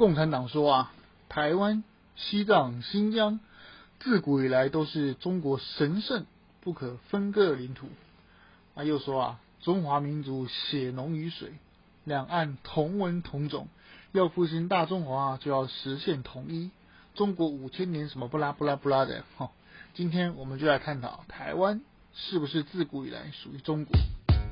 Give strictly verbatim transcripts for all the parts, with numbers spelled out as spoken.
共产党说啊，台湾、西藏、新疆自古以来都是中国神圣不可分割的领土。啊，又说啊，中华民族血浓于水，两岸同文同种，要复兴大中华就要实现统一。中国五千年什么不拉不拉不拉的，哦，今天我们就来探讨台湾是不是自古以来属于中国。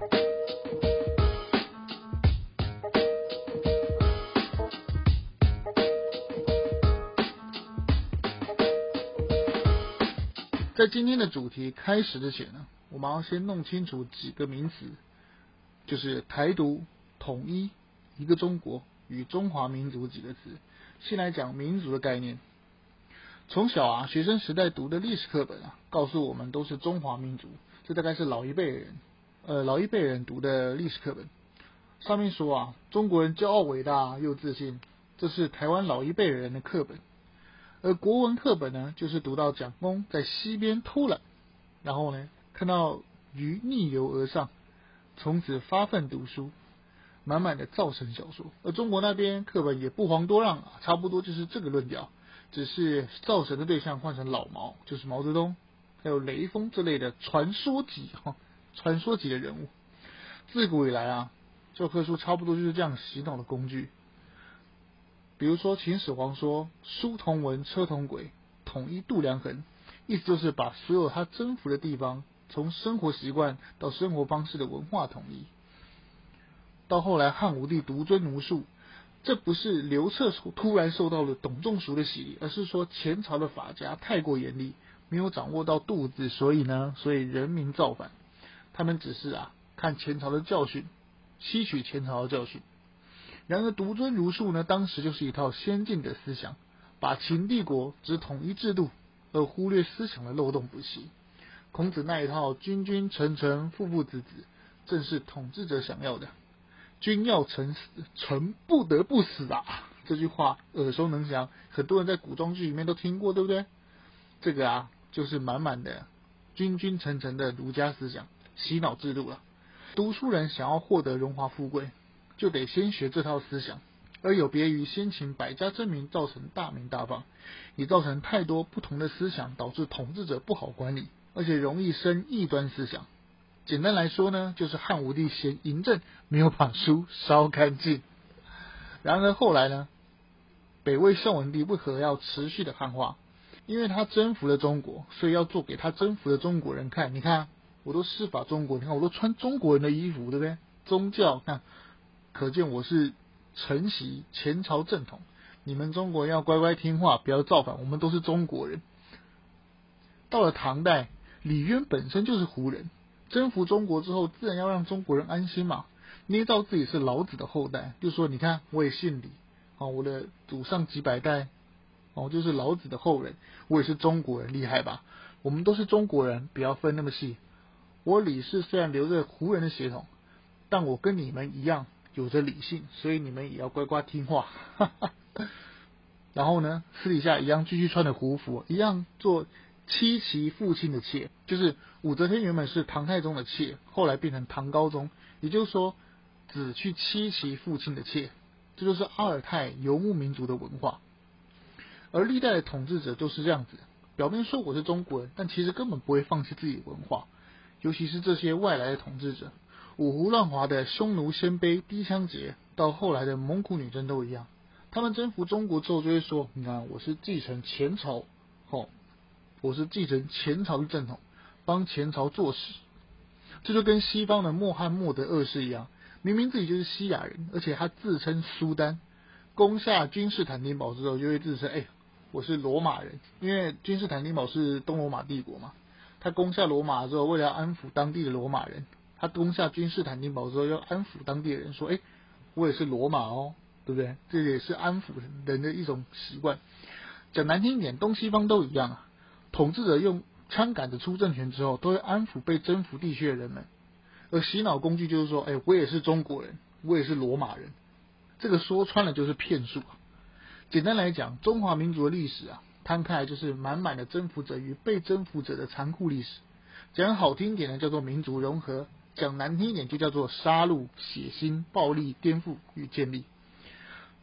在今天的主题开始之前呢，我们要先弄清楚几个名词，就是台独、统一、一个中国与中华民族几个词。先来讲民族的概念。从小啊，学生时代读的历史课本啊，告诉我们都是中华民族，这大概是老一辈人，呃，老一辈人读的历史课本。上面说啊，中国人骄傲伟大又自信，这是台湾老一辈人的课本。而国文课本呢，就是读到蒋公在溪边偷懒，然后呢看到鱼逆流而上，从此发奋读书，满满的造神小说。而中国那边课本也不遑多让啊，差不多就是这个论调，只是造神的对象换成老毛，就是毛泽东，还有雷锋这类的传说级哈，传说级的人物。自古以来啊，教科书差不多就是这样洗脑的工具。比如说秦始皇说书同文车同轨，统一度量衡，意思就是把所有他征服的地方，从生活习惯到生活方式的文化统一。到后来汉武帝独尊儒术，这不是刘彻突然受到了董仲舒的洗礼，而是说前朝的法家太过严厉，没有掌握到度子，所以呢，所以人民造反。他们只是啊看前朝的教训，吸取前朝的教训。然而独尊儒术呢，当时就是一套先进的思想，把秦帝国只统一制度，而忽略思想的漏洞不息。孔子那一套君君臣臣父父子子，正是统治者想要的。君要臣死，臣不得不死啊！这句话耳熟能详，很多人在古装剧里面都听过，对不对？这个啊，就是满满的君君臣臣的儒家思想洗脑制度了。读书人想要获得荣华富贵，就得先学这套思想，而有别于先秦百家争鸣造成大名大放，也造成太多不同的思想，导致统治者不好管理，而且容易生异端思想。简单来说呢，就是汉武帝嫌嬴政没有把书烧干净。然而后来呢，北魏孝文帝为何要持续的汉化？因为他征服了中国，所以要做给他征服的中国人看。你看，我都施法中国，你看我都穿中国人的衣服，对不对？宗教，看，可见我是承袭前朝正统。你们中国人要乖乖听话，不要造反，我们都是中国人。到了唐代，李渊本身就是胡人，征服中国之后，自然要让中国人安心嘛，捏造自己是老子的后代，就说你看我也姓李，哦，我的祖上几百代，哦，就是老子的后人，我也是中国人，厉害吧？我们都是中国人，不要分那么细。我李氏虽然留着胡人的血统，但我跟你们一样有着理性，所以你们也要乖乖听话。然后呢，私底下一样继续穿的胡服，一样做妻其父亲的妾，就是武则天原本是唐太宗的妾，后来变成唐高宗，也就是说子去妻其父亲的妾，这就是阿尔泰游牧民族的文化。而历代的统治者都是这样子，表面说我是中国人，但其实根本不会放弃自己的文化，尤其是这些外来的统治者，五胡乱华的匈奴鲜卑低羌羯，到后来的蒙古女真都一样。他们征服中国之后就会说，你看我是继承前朝，哦，我是继承前朝的正统，帮前朝做事。这就跟西方的穆罕默德二世一样，明明自己就是西亚人，而且他自称苏丹，攻下君士坦丁堡之后就会自称，哎，我是罗马人，因为君士坦丁堡是东罗马帝国嘛，他攻下罗马之后，为了要安抚当地的罗马人，他攻下君士坦丁堡之后要安抚当地的人，说，哎，我也是罗马哦，对不对？这也是安抚人的一种习惯。讲难听一点，东西方都一样啊，统治者用枪杆子出政权之后，都会安抚被征服地区的人们，而洗脑工具就是说，哎，我也是中国人，我也是罗马人，这个说穿了就是骗术啊。简单来讲，中华民族的历史啊，摊开来就是满满的征服者与被征服者的残酷历史。讲好听一点呢，叫做民族融合；讲难听一点，就叫做杀戮、血腥、暴力、颠覆与建立。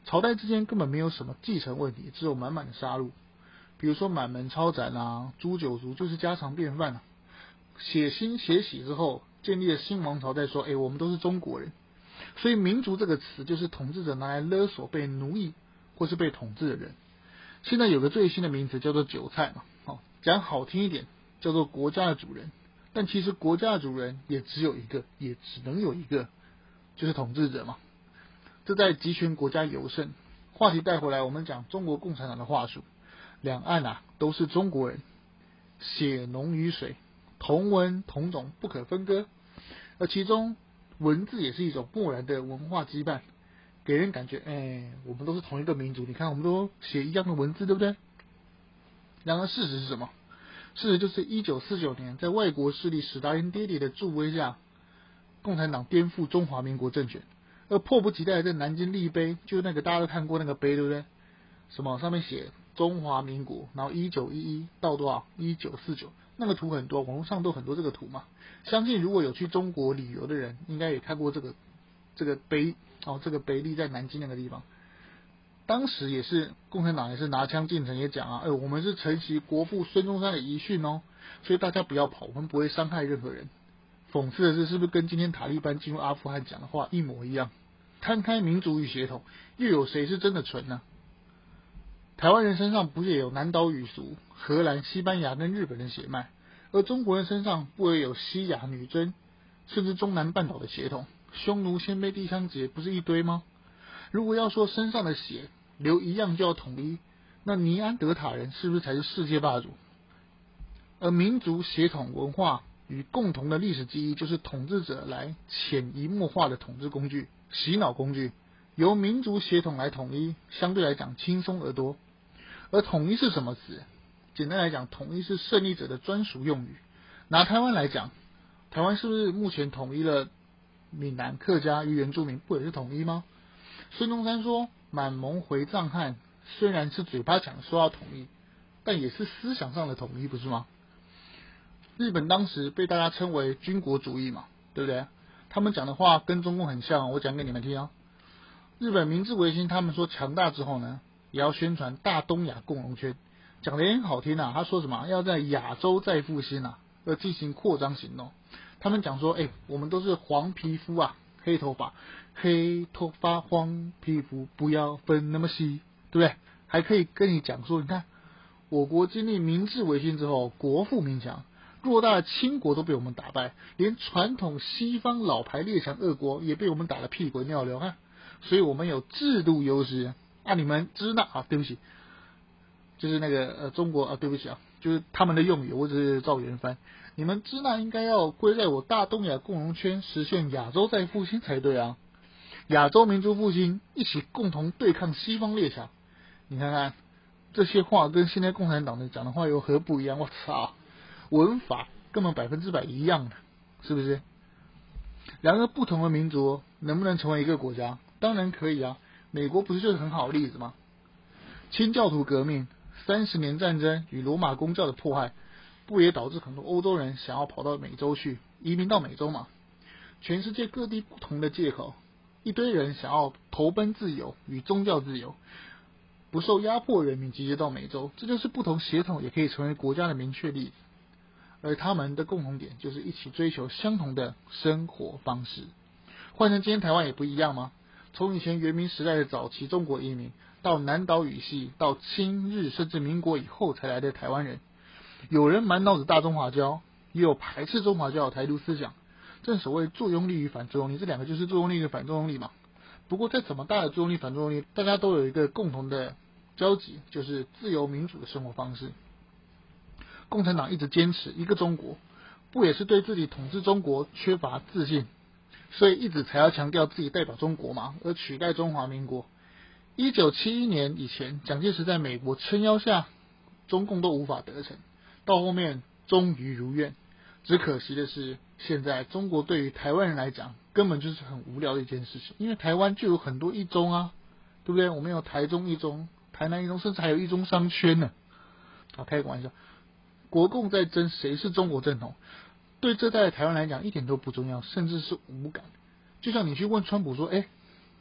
朝代之间根本没有什么继承问题，只有满满的杀戮。比如说满门抄斩啊，诛九族就是家常便饭啊。血兴血洗之后，建立了新王朝，再说，哎，我们都是中国人。所以民族这个词就是统治者拿来勒索被奴役或是被统治的人。现在有个最新的名词叫做韭菜嘛，哦，讲好听一点叫做国家的主人，但其实国家的主人也只有一个，也只能有一个，就是统治者嘛。这在集权国家尤甚。话题带回来，我们讲中国共产党的话术，两岸啊都是中国人，血浓于水，同文同种不可分割，而其中文字也是一种漠然的文化羁绊，给人感觉，哎，我们都是同一个民族，你看我们都写一样的文字，对不对？然而事实是什么？事实就是一九四九年，在外国势力史达林爹爹的助威下，共产党颠覆中华民国政权，而迫不及待在南京立碑，就是那个大家都看过那个碑，对不对？什么上面写中华民国，然后一九一一到多少一九四九，那个图很多，网络上都很多这个图嘛。相信如果有去中国旅游的人，应该也看过这个这个碑哦，这个碑立在南京那个地方。当时也是共产党也是拿枪进城也讲啊，哎，我们是承袭国父孙中山的遗训哦，所以大家不要跑，我们不会伤害任何人。讽刺的是，是不是跟今天塔利班进入阿富汗讲的话一模一样？摊开民族与血统，又有谁是真的纯呢？台湾人身上不是也有南岛语族、荷兰、西班牙跟日本人血脉，而中国人身上不也有西亚、女真，甚至中南半岛的血统？匈奴、鲜卑、地羌羯不是一堆吗？如果要说身上的血流一样就要统一，那尼安德塔人是不是才是世界霸主？而民族血统文化与共同的历史记忆，就是统治者来潜移默化的统治工具、洗脑工具。由民族血统来统一，相对来讲轻松而多。而统一是什么词？简单来讲，统一是胜利者的专属用语。拿台湾来讲，台湾是不是目前统一了闽南、客家与原住民，不也是统一吗？孙中山说满蒙回藏汉，虽然是嘴巴讲说要统一，但也是思想上的统一，不是吗？日本当时被大家称为军国主义嘛，对不对？他们讲的话跟中共很像，我讲给你们听啊。日本明治维新，他们说强大之后呢，也要宣传大东亚共荣圈，讲的也很好听啊。他说什么？要在亚洲再复兴啊，要进行扩张行动。他们讲说，哎，我们都是黄皮肤啊，黑头发，黑头发黄皮肤，不要分那么细，对不对？还可以跟你讲说，你看，我国经历明治维新之后，国富民强，偌大的清国都被我们打败，连传统西方老牌列强俄国也被我们打得屁滚尿流，看。所以我们有制度优势啊！你们支那啊，对不起，就是那个呃中国啊，对不起啊，就是他们的用语，我只是照原翻。你们支那应该要归在我大东亚共荣圈，实现亚洲再复兴才对啊！亚洲民族复兴，一起共同对抗西方列强。你看看这些话跟现在共产党的讲的话有何不一样？我操，文法根本百分之百一样的，是不是？然而不同的民族能不能成为一个国家？当然可以啊，美国不是就是很好的例子吗？清教徒革命、三十年战争与罗马公教的迫害，不也导致很多欧洲人想要跑到美洲去移民到美洲吗？全世界各地不同的借口，一堆人想要投奔自由与宗教自由，不受压迫人民集结到美洲，这就是不同血统也可以成为国家的明确例子。而他们的共同点就是一起追求相同的生活方式。换成今天台湾也不一样吗？从以前原民时代的早期中国移民，到南岛语系，到清日甚至民国以后才来的台湾人，有人满脑子大中华教，也有排斥中华教的台独思想。正所谓作用力与反作用力，这两个就是作用力与反作用力嘛。不过再怎么大的作用力反作用力，大家都有一个共同的交集，就是自由民主的生活方式。共产党一直坚持一个中国，不也是对自己统治中国缺乏自信，所以一直才要强调自己代表中国嘛，而取代中华民国。一九七一年以前，蒋介石在美国撑腰下，中共都无法得逞，到后面终于如愿。只可惜的是，现在中国对于台湾人来讲，根本就是很无聊的一件事情，因为台湾就有很多一中啊，对不对？我们有台中一中、台南一中，甚至还有一中商圈呢。啊，开个玩笑。国共在争谁是中国正统，对这代的台湾来讲一点都不重要，甚至是无感。就像你去问川普说，哎，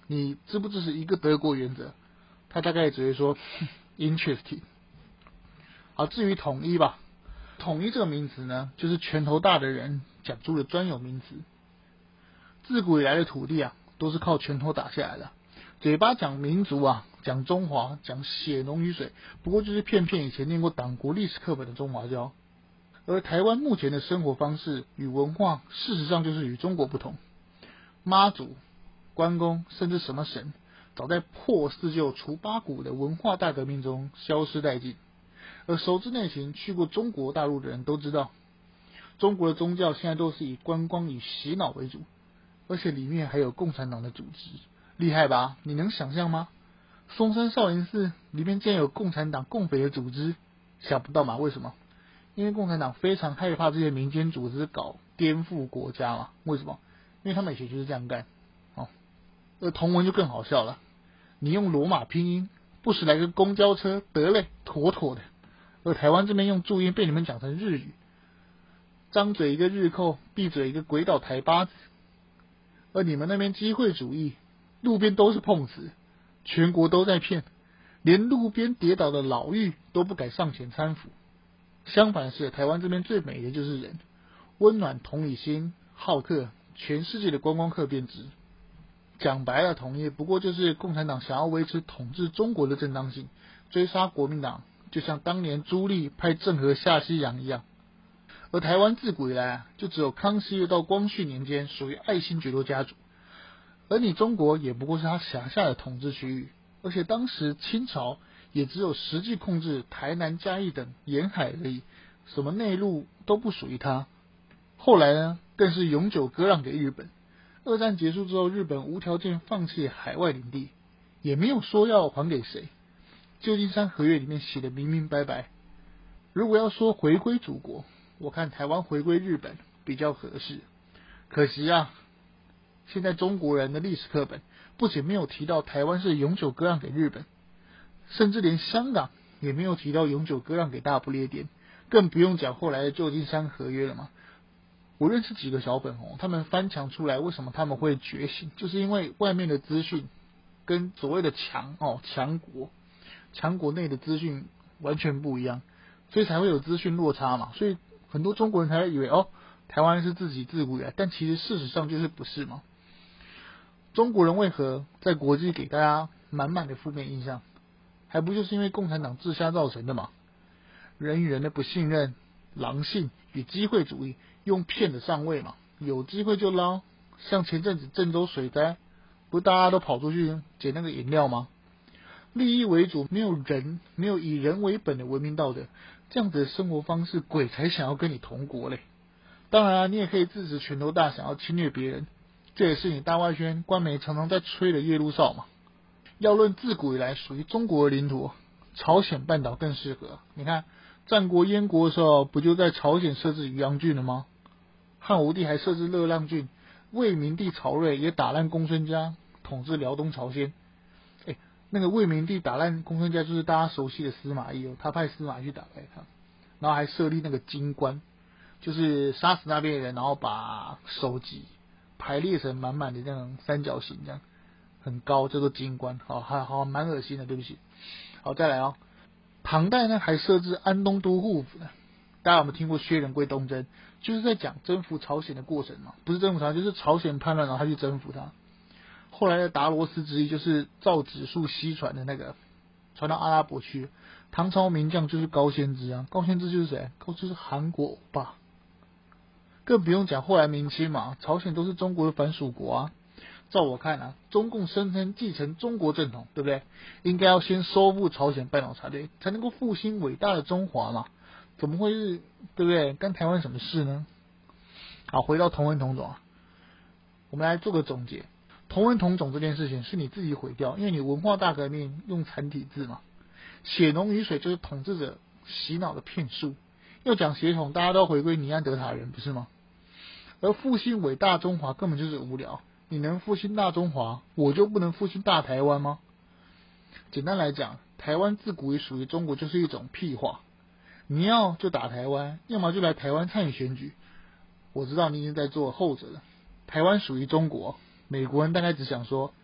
你支不支持一个德国原则？他大概只会说interesting。好，至于统一吧，统一这个名词呢，就是拳头大的人讲出的专有名词。自古以来的土地啊，都是靠拳头打下来的。嘴巴讲民族啊，讲中华，讲血浓于水，不过就是骗骗以前念过党国历史课本的中华教。而台湾目前的生活方式与文化，事实上就是与中国不同。妈祖、关公，甚至什么神，早在破四旧除八股的文化大革命中消失殆尽。而熟知内情、去过中国大陆的人都知道，中国的宗教现在都是以观光与洗脑为主，而且里面还有共产党的组织，厉害吧？你能想象吗？松山少林寺里面竟然有共产党共匪的组织，想不到嘛？为什么？因为共产党非常害怕这些民间组织搞颠覆国家嘛。为什么？因为他们以前就是这样干。哦，而同文就更好笑了，你用罗马拼音，不时来个公交车，得嘞，妥妥的。而台湾这边用注音被你们讲成日语，张嘴一个日寇，闭嘴一个鬼岛台八子。而你们那边机会主义，路边都是碰瓷，全国都在骗，连路边跌倒的老妪都不敢上前搀扶。相反的是，台湾这边最美的就是人，温暖同理心，好客，全世界的观光客便知。讲白了，统一不过就是共产党想要维持统治中国的正当性，追杀国民党，就像当年朱棣派郑和下西洋一样。而台湾自古以来啊，就只有康熙到光绪年间属于爱新觉罗家族，而你中国也不过是他辖下的统治区域，而且当时清朝也只有实际控制台南、嘉义等沿海而已，什么内陆都不属于他。后来呢，更是永久割让给日本。二战结束之后，日本无条件放弃海外领地，也没有说要还给谁。旧金山合约里面写的明明白白。如果要说回归祖国，我看台湾回归日本比较合适。可惜啊，现在中国人的历史课本不仅没有提到台湾是永久割让给日本，甚至连香港也没有提到永久割让给大不列颠，更不用讲后来的旧金山合约了嘛。我认识几个小粉红，他们翻墙出来，为什么他们会觉醒？就是因为外面的资讯跟所谓的强哦强国强国内的资讯完全不一样，所以才会有资讯落差嘛。所以很多中国人才会以为哦，台湾是自己自古以来，但其实事实上就是不是嘛。中国人为何在国际给大家满满的负面印象？还不就是因为共产党治下造成的嘛？人与人的不信任、狼性与机会主义，用骗的上位嘛，有机会就捞。像前阵子郑州水灾，不大家都跑出去捡那个饮料吗？利益为主，没有人，没有以人为本的文明道德，这样子的生活方式，鬼才想要跟你同国嘞。当然啊，你也可以自持拳头大，想要侵略别人，这也是你大外宣官媒常常在吹的夜路哨嘛。要论自古以来属于中国的领土，朝鲜半岛更适合。你看战国燕国的时候，不就在朝鲜设置渔阳郡了吗？汉武帝还设置乐浪郡，魏明帝曹睿也打烂公孙家，统治辽东朝鲜。哎，那个魏明帝打烂公孙家，就是大家熟悉的司马懿哦，他派司马懿去打败他，然后还设立那个京官，就是杀死那边的人，然后把首级排列成满满的那种三角形，这样很高，叫做京官。好，还好蛮恶心的，对不起。好，再来哦。唐代呢还设置安东都护府呢，大家有没有听过薛仁贵东征？就是在讲征服朝鲜的过程嘛，不是征服朝鲜，就是朝鲜叛乱，然后他去征服他。后来的达罗斯之役就是造纸术西传的那个，传到阿拉伯去。唐朝名将就是高仙芝啊，高仙芝就是谁？高就是韩国欧巴。更不用讲后来明清嘛，朝鲜都是中国的藩属国啊。照我看啊，中共声称继承中国正统，对不对？应该要先收复朝鲜半岛才对，才能够复兴伟大的中华嘛。怎么会是，对不对？干台湾什么事呢？好，回到同文同种啊，我们来做个总结。同文同种这件事情是你自己毁掉，因为你文化大革命用繁体字嘛，血浓于水就是统治者洗脑的骗术。要讲血统，大家都要回归尼安德塔人，不是吗？而复兴伟大中华根本就是无聊。你能复兴大中华，我就不能复兴大台湾吗？简单来讲，台湾自古也属于中国，就是一种屁话。你要就打台湾，要么就来台湾参与选举。我知道你已经在做后者了。台湾属于中国，美国人大概只想说，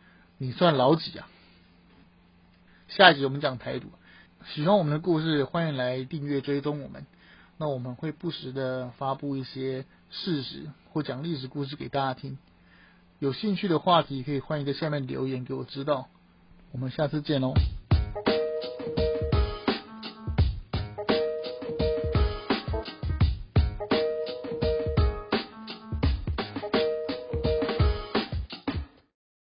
你算老几啊？下一集我们讲台独，喜欢我们的故事，欢迎来订阅追踪我们。那我们会不时的发布一些事实或讲历史故事给大家听。有兴趣的话题可以欢迎在下面留言给我知道。我们下次见喽。